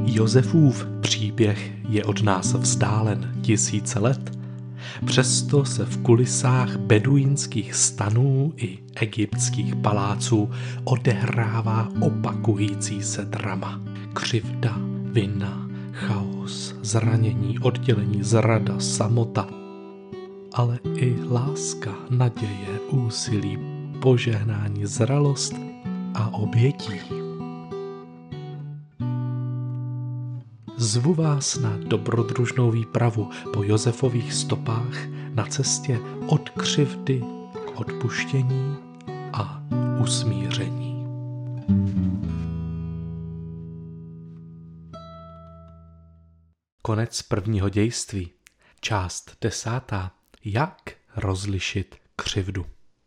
Josefův příběh je od nás vzdálen tisíce let, přesto se v kulisách beduínských stanů i egyptských paláců odehrává opakující se drama. Křivda, vina, chaos, zranění, oddělení, zrada, samota, ale i láska, naděje, úsilí, požehnání, zralost a obětí. Zvu vás na dobrodružnou výpravu po Josefových stopách na cestě od křivdy k odpuštění a usmíření. Konec prvního dějství. Část 10. Jak rozlišit křivdu.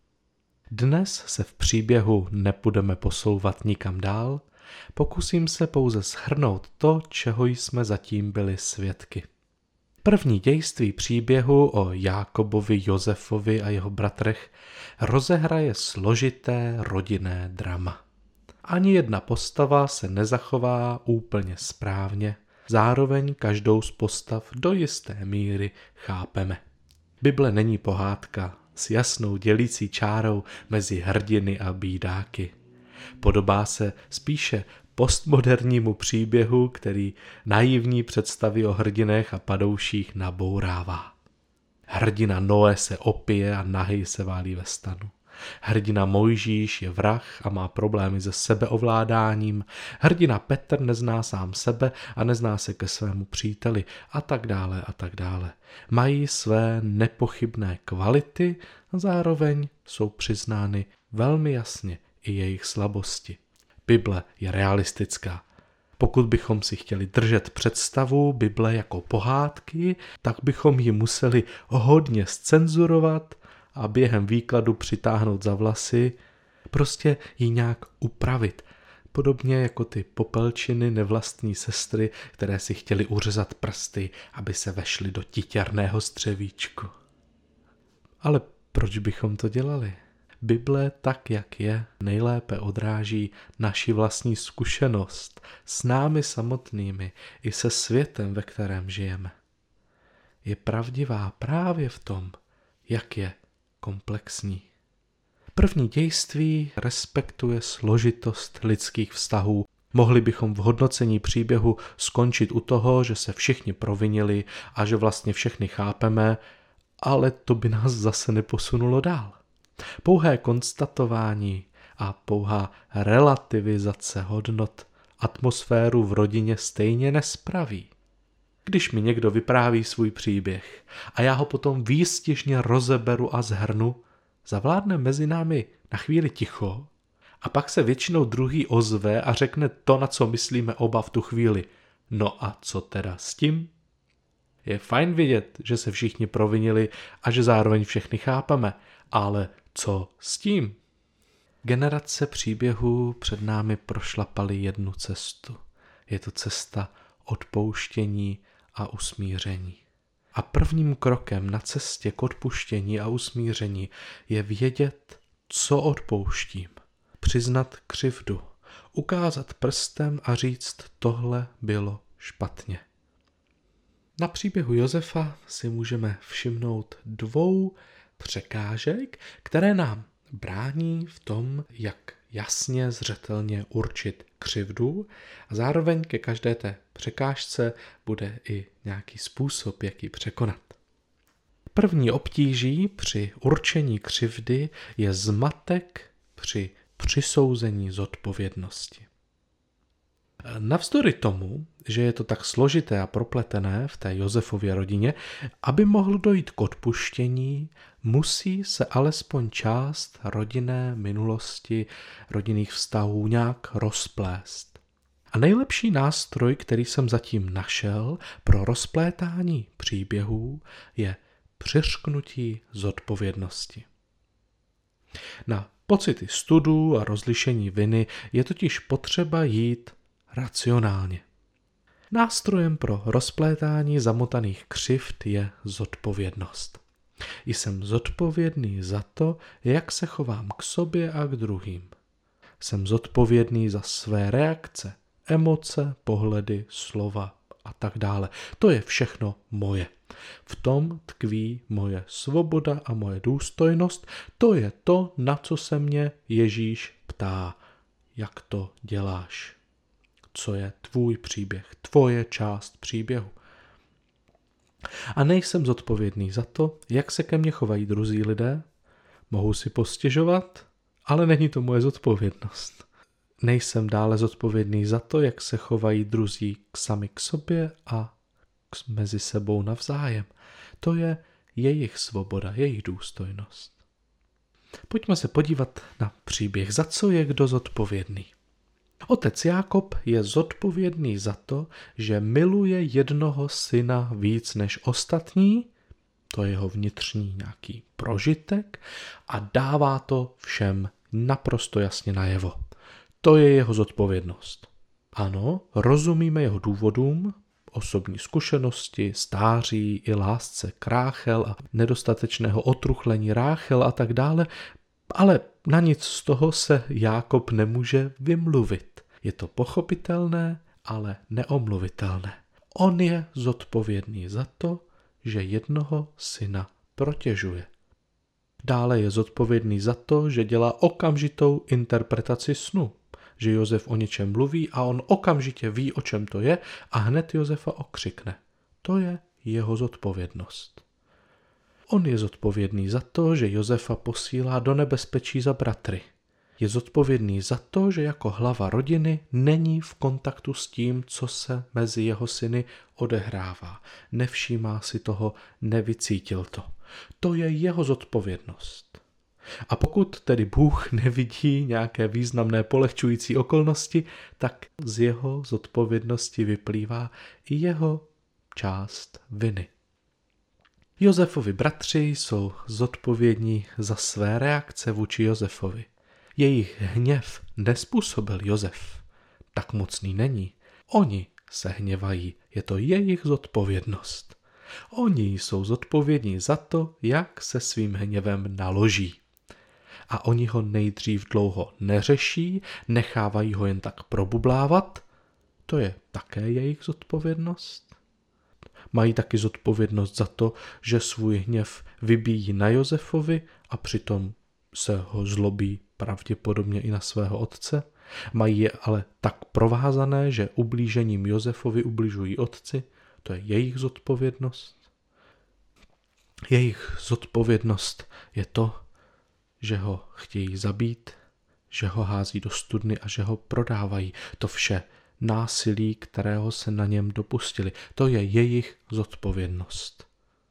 Dnes se v příběhu nepůjdeme posouvat nikam dál, pokusím se pouze shrnout to, čeho jsme zatím byli svědky. První dějství příběhu o Jákobovi, Josefovi a jeho bratrech rozehraje složité rodinné drama. Ani jedna postava se nezachová úplně správně, zároveň každou z postav do jisté míry chápeme. Bible není pohádka s jasnou dělící čárou mezi hrdiny a bídáky. Podobá se spíše postmodernímu příběhu, který naivní představy o hrdinech a padouších nabourává. Hrdina Noé se opije a nahý se válí ve stanu. Hrdina Mojžíš je vrah a má problémy se sebeovládáním. Hrdina Petr nezná sám sebe a nezná se ke svému příteli a tak dále a tak dále. Mají své nepochybné kvality a zároveň jsou přiznány velmi jasně i jejich slabosti. Bible je realistická. Pokud bychom si chtěli držet představu Bible jako pohádky, tak bychom ji museli hodně zcenzurovat a během výkladu přitáhnout za vlasy, prostě ji nějak upravit. Podobně jako ty popelčiny nevlastní sestry, které si chtěly uřezat prsty, aby se vešly do titěrného střevíčku. Ale proč bychom to dělali? Bible, tak jak je, nejlépe odráží naši vlastní zkušenost s námi samotnými i se světem, ve kterém žijeme. Je pravdivá právě v tom, jak je komplexní. První dějství respektuje složitost lidských vztahů. Mohli bychom v hodnocení příběhu skončit u toho, že se všichni provinili a že vlastně všechny chápeme, ale to by nás zase neposunulo dál. Pouhé konstatování a pouhá relativizace hodnot atmosféru v rodině stejně nespraví. Když mi někdo vypráví svůj příběh a já ho potom výstižně rozeberu a zhrnu, zavládne mezi námi na chvíli ticho a pak se většinou druhý ozve a řekne to, na co myslíme oba v tu chvíli. No a co teda s tím? Je fajn vidět, že se všichni provinili a že zároveň všechny chápeme, ale co s tím? Generace příběhů před námi prošlapaly jednu cestu. Je to cesta odpouštění a usmíření. A prvním krokem na cestě k odpuštění a usmíření je vědět, co odpouštím. Přiznat křivdu, ukázat prstem a říct, tohle bylo špatně. Na příběhu Josefa si můžeme všimnout dvou překážek, které nám brání v tom, jak jasně, zřetelně určit křivdu a zároveň ke každé té překážce bude i nějaký způsob, jak ji překonat. První obtíží při určení křivdy je zmatek při přisouzení zodpovědnosti. Navzdory tomu, že je to tak složité a propletené v té Josefově rodině, aby mohlo dojít k odpuštění, musí se alespoň část rodinné minulosti, rodinných vztahů nějak rozplést. A nejlepší nástroj, který jsem zatím našel pro rozplétání příběhů, je přiřknutí zodpovědnosti. Na pocity studu a rozlišení viny je totiž potřeba jít racionálně. Nástrojem pro rozplétání zamotaných křivd je zodpovědnost. Jsem zodpovědný za to, jak se chovám k sobě a k druhým. Jsem zodpovědný za své reakce Emoce, pohledy, slova a tak dále. To je všechno moje. V tom tkví moje svoboda a moje důstojnost. To je to, na co se mě Ježíš ptá. Jak to děláš? Co je tvůj příběh, tvoje část příběhu? A nejsem zodpovědný za to, jak se ke mně chovají druzí lidé. Mohu si postěžovat, ale není to moje zodpovědnost. Nejsem dále zodpovědný za to, jak se chovají druzí sami k sobě a mezi sebou navzájem. To je jejich svoboda, jejich důstojnost. Pojďme se podívat na příběh, za co je kdo zodpovědný. Otec Jákob je zodpovědný za to, že miluje jednoho syna víc než ostatní, to je jeho vnitřní nějaký prožitek, a dává to všem naprosto jasně najevo. To je jeho zodpovědnost. Ano, rozumíme jeho důvodům, osobní zkušenosti, stáří i lásce k Ráchel a nedostatečného otruchlení Ráchel a tak dále, ale na nic z toho se Jákob nemůže vymluvit. Je to pochopitelné, ale neomluvitelné. On je zodpovědný za to, že jednoho syna protěžuje. Dále je zodpovědný za to, že dělá okamžitou interpretaci snu, že Josef o něčem mluví a on okamžitě ví, o čem to je a hned Josefa okřikne. To je jeho zodpovědnost. On je zodpovědný za to, že Josefa posílá do nebezpečí za bratry. Je zodpovědný za to, že jako hlava rodiny není v kontaktu s tím, co se mezi jeho syny odehrává. Nevšímá si toho, nevycítil to. To je jeho zodpovědnost. A pokud tedy Bůh nevidí nějaké významné polehčující okolnosti, tak z jeho zodpovědnosti vyplývá i jeho část viny. Josefovi bratři jsou zodpovědní za své reakce vůči Josefovi. Jejich hněv nezpůsobil Josef. Tak mocný není. Oni se hněvají, je to jejich zodpovědnost. Oni jsou zodpovědní za to, jak se svým hněvem naloží. A oni ho nejdřív dlouho neřeší, nechávají ho jen tak probublávat. To je také jejich zodpovědnost. Mají taky zodpovědnost za to, že svůj hněv vybíjí na Josefovi a přitom se ho zlobí pravděpodobně i na svého otce. Mají je ale tak provázané, že ublížením Josefovi ubližují otci. To je jejich zodpovědnost. Jejich zodpovědnost je to, že ho chtějí zabít, že ho hází do studny a že ho prodávají. To vše násilí, kterého se na něm dopustili. To je jejich zodpovědnost.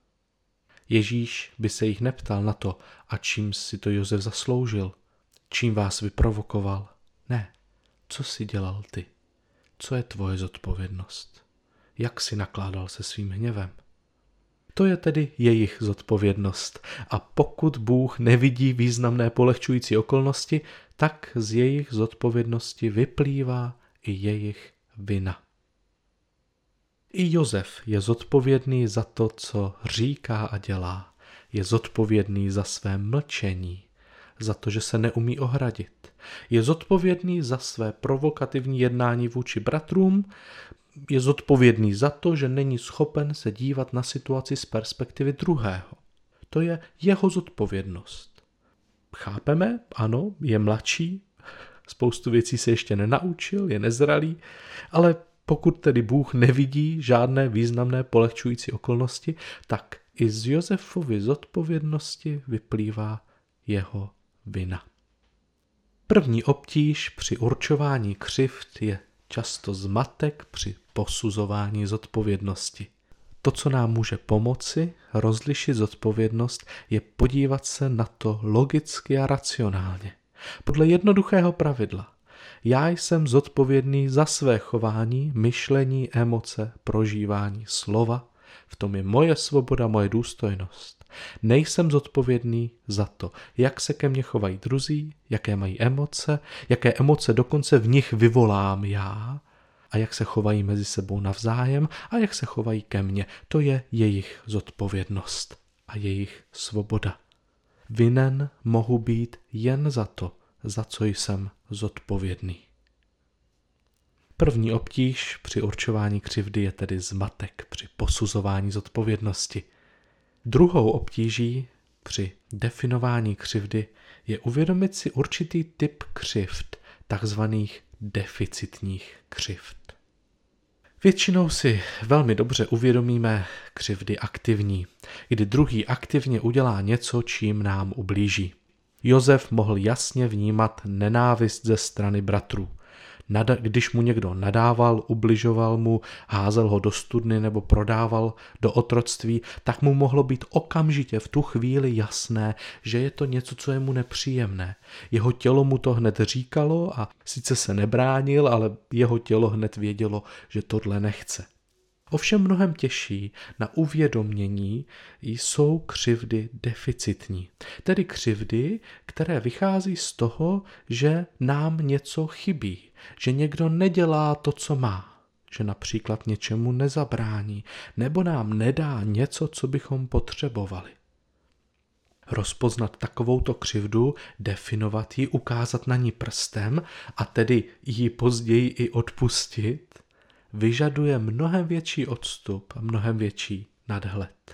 Ježíš by se jich neptal na to, a čím si to Josef zasloužil, čím vás vyprovokoval. Ne, co jsi dělal ty? Co je tvoje zodpovědnost? Jak jsi nakládal se svým hněvem? To je tedy jejich zodpovědnost. A pokud Bůh nevidí významné polehčující okolnosti, tak z jejich zodpovědnosti vyplývá i jejich vina. I Josef je zodpovědný za to, co říká a dělá. Je zodpovědný za své mlčení, za to, že se neumí ohradit. Je zodpovědný za své provokativní jednání vůči bratrům, je zodpovědný za to, že není schopen se dívat na situaci z perspektivy druhého. To je jeho zodpovědnost. Chápeme? Ano, je mladší, spoustu věcí se ještě nenaučil, je nezralý, ale pokud tedy Bůh nevidí žádné významné polehčující okolnosti, tak i z Josefovy zodpovědnosti vyplývá jeho vina. První obtíž při určování křivd je často zmatek při posuzování zodpovědnosti. To, co nám může pomoci rozlišit zodpovědnost, je podívat se na to logicky a racionálně. Podle jednoduchého pravidla. Já jsem zodpovědný za své chování, myšlení, emoce, prožívání slova. V tom je moje svoboda, moje důstojnost. Nejsem zodpovědný za to, jak se ke mně chovají druzí, jaké mají jaké emoce dokonce v nich vyvolám já a jak se chovají mezi sebou navzájem a jak se chovají ke mně. To je jejich zodpovědnost a jejich svoboda. Vinen mohu být jen za to, za co jsem zodpovědný. První obtíž při určování křivdy je tedy zmatek při posuzování zodpovědnosti. Druhou obtíží při definování křivdy je uvědomit si určitý typ křivd, takzvaných deficitních křivd. Většinou si velmi dobře uvědomíme křivdy aktivní, kdy druhý aktivně udělá něco, čím nám ublíží. Josef mohl jasně vnímat nenávist ze strany bratrů. Když mu někdo nadával, ubližoval mu, házel ho do studny nebo prodával do otroctví, tak mu mohlo být okamžitě v tu chvíli jasné, že je to něco, co je mu nepříjemné. Jeho tělo mu to hned říkalo a sice se nebránil, ale jeho tělo hned vědělo, že tohle nechce. Ovšem mnohem těžší na uvědomění jsou křivdy deficitní, tedy křivdy, které vychází z toho, že nám něco chybí, že někdo nedělá to, co má, že například něčemu nezabrání, nebo nám nedá něco, co bychom potřebovali. Rozpoznat takovouto křivdu, definovat ji, ukázat na ní prstem a tedy ji později i odpustit, vyžaduje mnohem větší odstup a mnohem větší nadhled.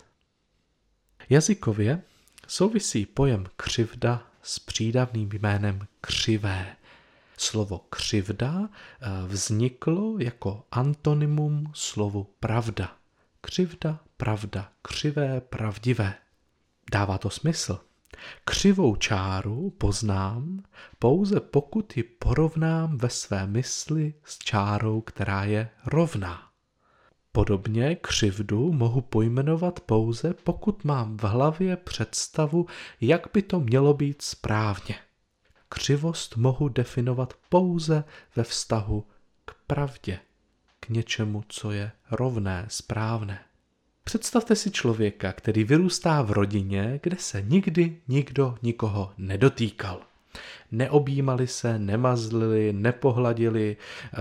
Jazykově souvisí pojem křivda s přídavným jménem křivé. Slovo křivda vzniklo jako antonymum slovu pravda. Křivda, pravda, křivé, pravdivé. Dává to smysl. Křivou čáru poznám pouze pokud ji porovnám ve své mysli s čárou, která je rovná. Podobně křivdu mohu pojmenovat pouze pokud mám v hlavě představu, jak by to mělo být správně. Křivost mohu definovat pouze ve vztahu k pravdě, k něčemu, co je rovné, správné. Představte si člověka, který vyrůstá v rodině, kde se nikdy nikdo nikoho nedotýkal. Neobjímali se, nemazlili, nepohladili,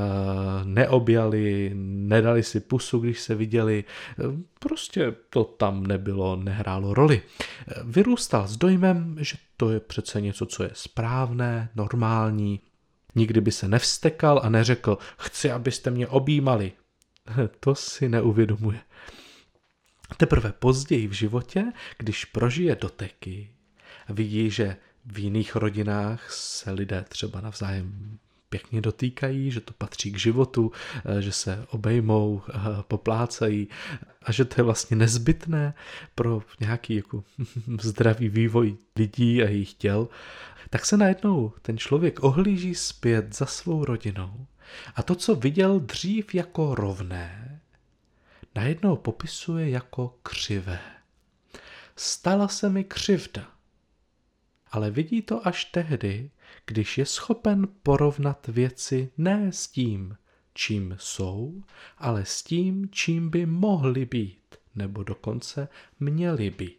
neobjali, nedali si pusu, když se viděli. Prostě to tam nebylo, nehrálo roli. Vyrůstal s dojmem, že to je přece něco, co je správné, normální. Nikdy by se nevstekal a neřekl, chci, abyste mě objímali. To si neuvědomuje. Teprve později v životě, když prožije doteky, vidí, že v jiných rodinách se lidé třeba navzájem pěkně dotýkají, že to patří k životu, že se obejmou, poplácají a že to je vlastně nezbytné pro nějaký jako zdravý vývoj lidí a jejich těl, tak se najednou ten člověk ohlíží zpět za svou rodinou a to, co viděl dřív jako rovné, najednou popisuje jako křivé. Stala se mi křivda. Ale vidí to až tehdy, když je schopen porovnat věci ne s tím, čím jsou, ale s tím, čím by mohly být, nebo dokonce měly být.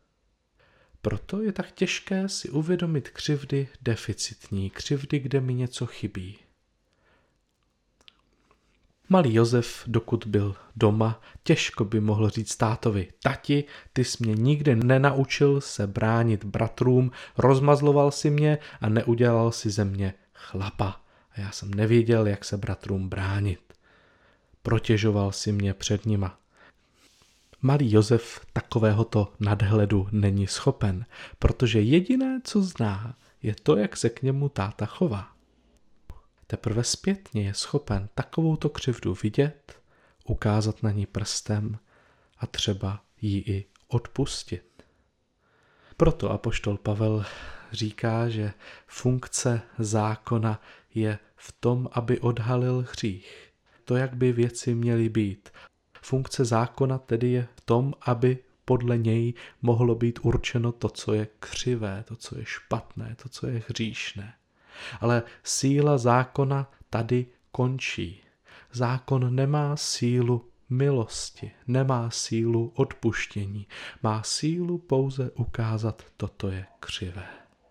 Proto je tak těžké si uvědomit křivdy deficitní, křivdy, kde mi něco chybí. Malý Josef, dokud byl doma, těžko by mohl říct tátovi, tati, ty jsi mě nikdy nenaučil se bránit bratrům, rozmazloval si mě a neudělal si ze mě chlapa. A já jsem nevěděl, jak se bratrům bránit. Protěžoval si mě před nima. Malý Josef takovéhoto nadhledu není schopen, protože jediné, co zná, je to, jak se k němu táta chová. Teprve zpětně je schopen takovouto křivdu vidět, ukázat na ní prstem a třeba ji i odpustit. Proto apoštol Pavel říká, že funkce zákona je v tom, aby odhalil hřích. To, jak by věci měly být. Funkce zákona tedy je v tom, aby podle něj mohlo být určeno to, co je křivé, to, co je špatné, to, co je hříšné. Ale síla zákona tady končí. Zákon nemá sílu milosti, nemá sílu odpuštění, má sílu pouze ukázat, toto je křivé.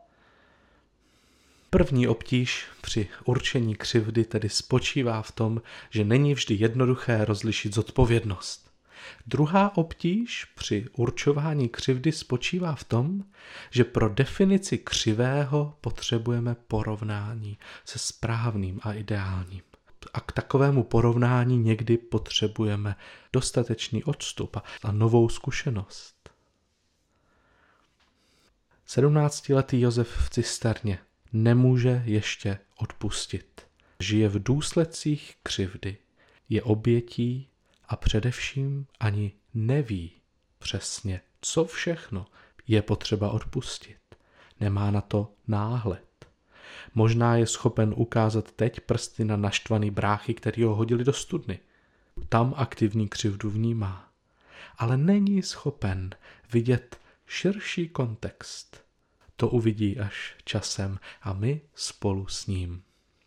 První obtíž při určení křivdy tedy spočívá v tom, že není vždy jednoduché rozlišit zodpovědnost. Druhá obtíž při určování křivdy spočívá v tom, že pro definici křivého potřebujeme porovnání se správným a ideálním. A k takovému porovnání někdy potřebujeme dostatečný odstup a novou zkušenost. 17letý Josef v cisterně nemůže ještě odpustit. Žije v důsledcích křivdy, je obětí a především ani neví přesně, co všechno je potřeba odpustit. Nemá na to náhled. Možná je schopen ukázat teď prsty na naštvaný bráchy, který ho hodili do studny. Tam aktivní křivdu vnímá. Ale není schopen vidět širší kontext. To uvidí až časem a my spolu s ním.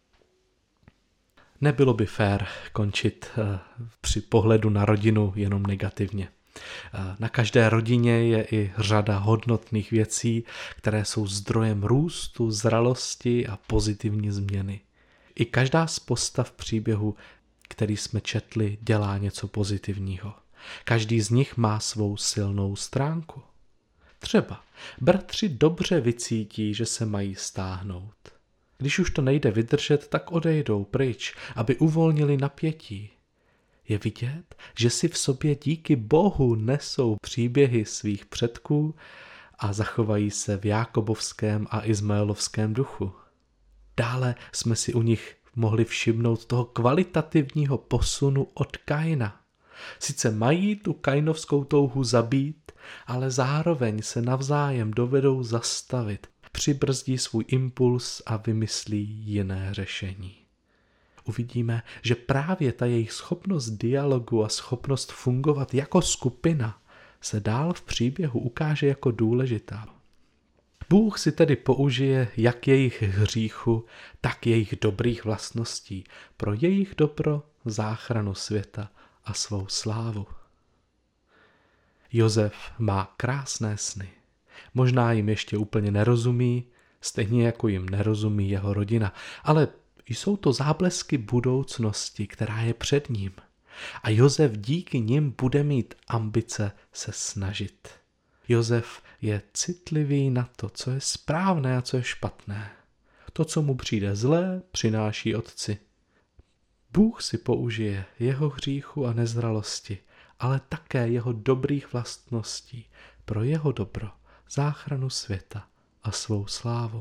Nebylo by fér končit při pohledu na rodinu jenom negativně. Na každé rodině je i řada hodnotných věcí, které jsou zdrojem růstu, zralosti a pozitivní změny. I každá z postav příběhu, který jsme četli, dělá něco pozitivního. Každý z nich má svou silnou stránku. Třeba bratři dobře vycítí, že se mají stáhnout. Když už to nejde vydržet, tak odejdou pryč, aby uvolnili napětí. Je vidět, že si v sobě díky Bohu nesou příběhy svých předků a zachovají se v jákobovském a izmaelovském duchu. Dále jsme si u nich mohli všimnout toho kvalitativního posunu od Kaina. Sice mají tu kainovskou touhu zabít, ale zároveň se navzájem dovedou zastavit, přibrzdí svůj impuls a vymyslí jiné řešení. Uvidíme, že právě ta jejich schopnost dialogu a schopnost fungovat jako skupina se dál v příběhu ukáže jako důležitá. Bůh si tedy použije jak jejich hříchu, tak jejich dobrých vlastností pro jejich dobro, záchranu světa a svou slávu. Josef má krásné sny. Možná jim ještě úplně nerozumí, stejně jako jim nerozumí jeho rodina, ale jsou to záblesky budoucnosti, která je před ním. A Josef díky nim bude mít ambice se snažit. Josef je citlivý na to, co je správné a co je špatné. To, co mu přijde zlé, přináší otci. Bůh si použije jeho hříchu a nezralosti, ale také jeho dobrých vlastností pro jeho dobro, záchranu světa a svou slávu.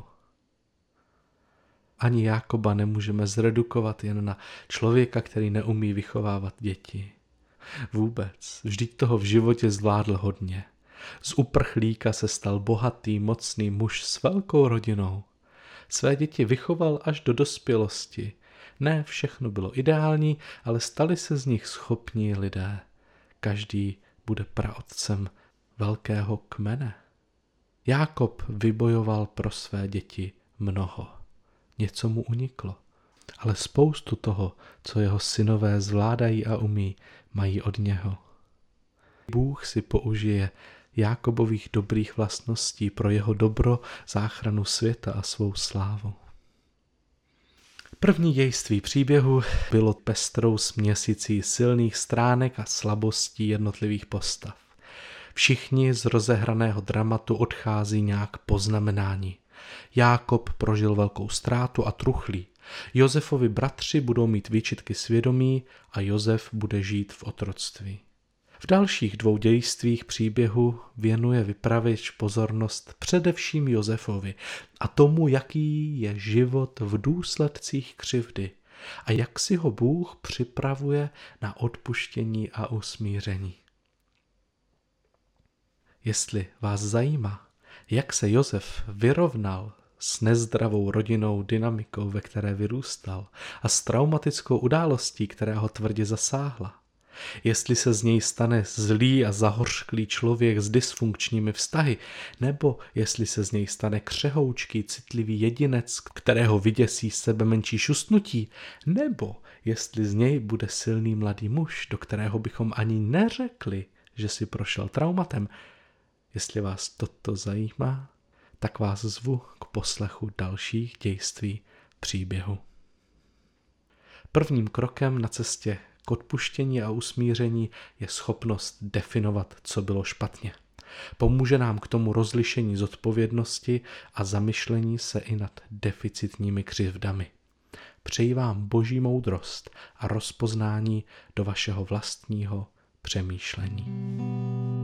Ani Jákoba nemůžeme zredukovat jen na člověka, který neumí vychovávat děti. Vůbec, vždyť toho v životě zvládl hodně. Z uprchlíka se stal bohatý, mocný muž s velkou rodinou. Své děti vychoval až do dospělosti. Ne všechno bylo ideální, ale stali se z nich schopní lidé. Každý bude praotcem velkého kmene. Jákob vybojoval pro své děti mnoho. Něco mu uniklo, ale spoustu toho, co jeho synové zvládají a umí, mají od něho. Bůh si použije Jákobových dobrých vlastností pro jeho dobro, záchranu světa a svou slávu. První dějství příběhu bylo pestrou směsicí silných stránek a slabostí jednotlivých postav. Všichni z rozehraného dramatu odchází nějak poznamenáni. Jákob prožil velkou ztrátu a truchlí. Josefovi bratři budou mít výčitky svědomí a Josef bude žít v otroctví. V dalších dvou dějstvích příběhu věnuje vypravěč pozornost především Josefovi a tomu, jaký je život v důsledcích křivdy a jak si ho Bůh připravuje na odpuštění a usmíření. Jestli vás zajímá, jak se Josef vyrovnal s nezdravou rodinnou dynamikou, ve které vyrůstal, a s traumatickou událostí, která ho tvrdě zasáhla, jestli se z něj stane zlý a zahořklý člověk s dysfunkčními vztahy, nebo jestli se z něj stane křehoučký, citlivý jedinec, kterého vyděsí sebe menší šustnutí, nebo jestli z něj bude silný mladý muž, do kterého bychom ani neřekli, že si prošel traumatem. Jestli vás toto zajímá, tak vás zvu k poslechu dalších dějství příběhu. Prvním krokem na cestě k odpuštění a usmíření je schopnost definovat, co bylo špatně. Pomůže nám k tomu rozlišení zodpovědnosti a zamyšlení se i nad deficitními křivdami. Přeji vám boží moudrost a rozpoznání do vašeho vlastního přemýšlení.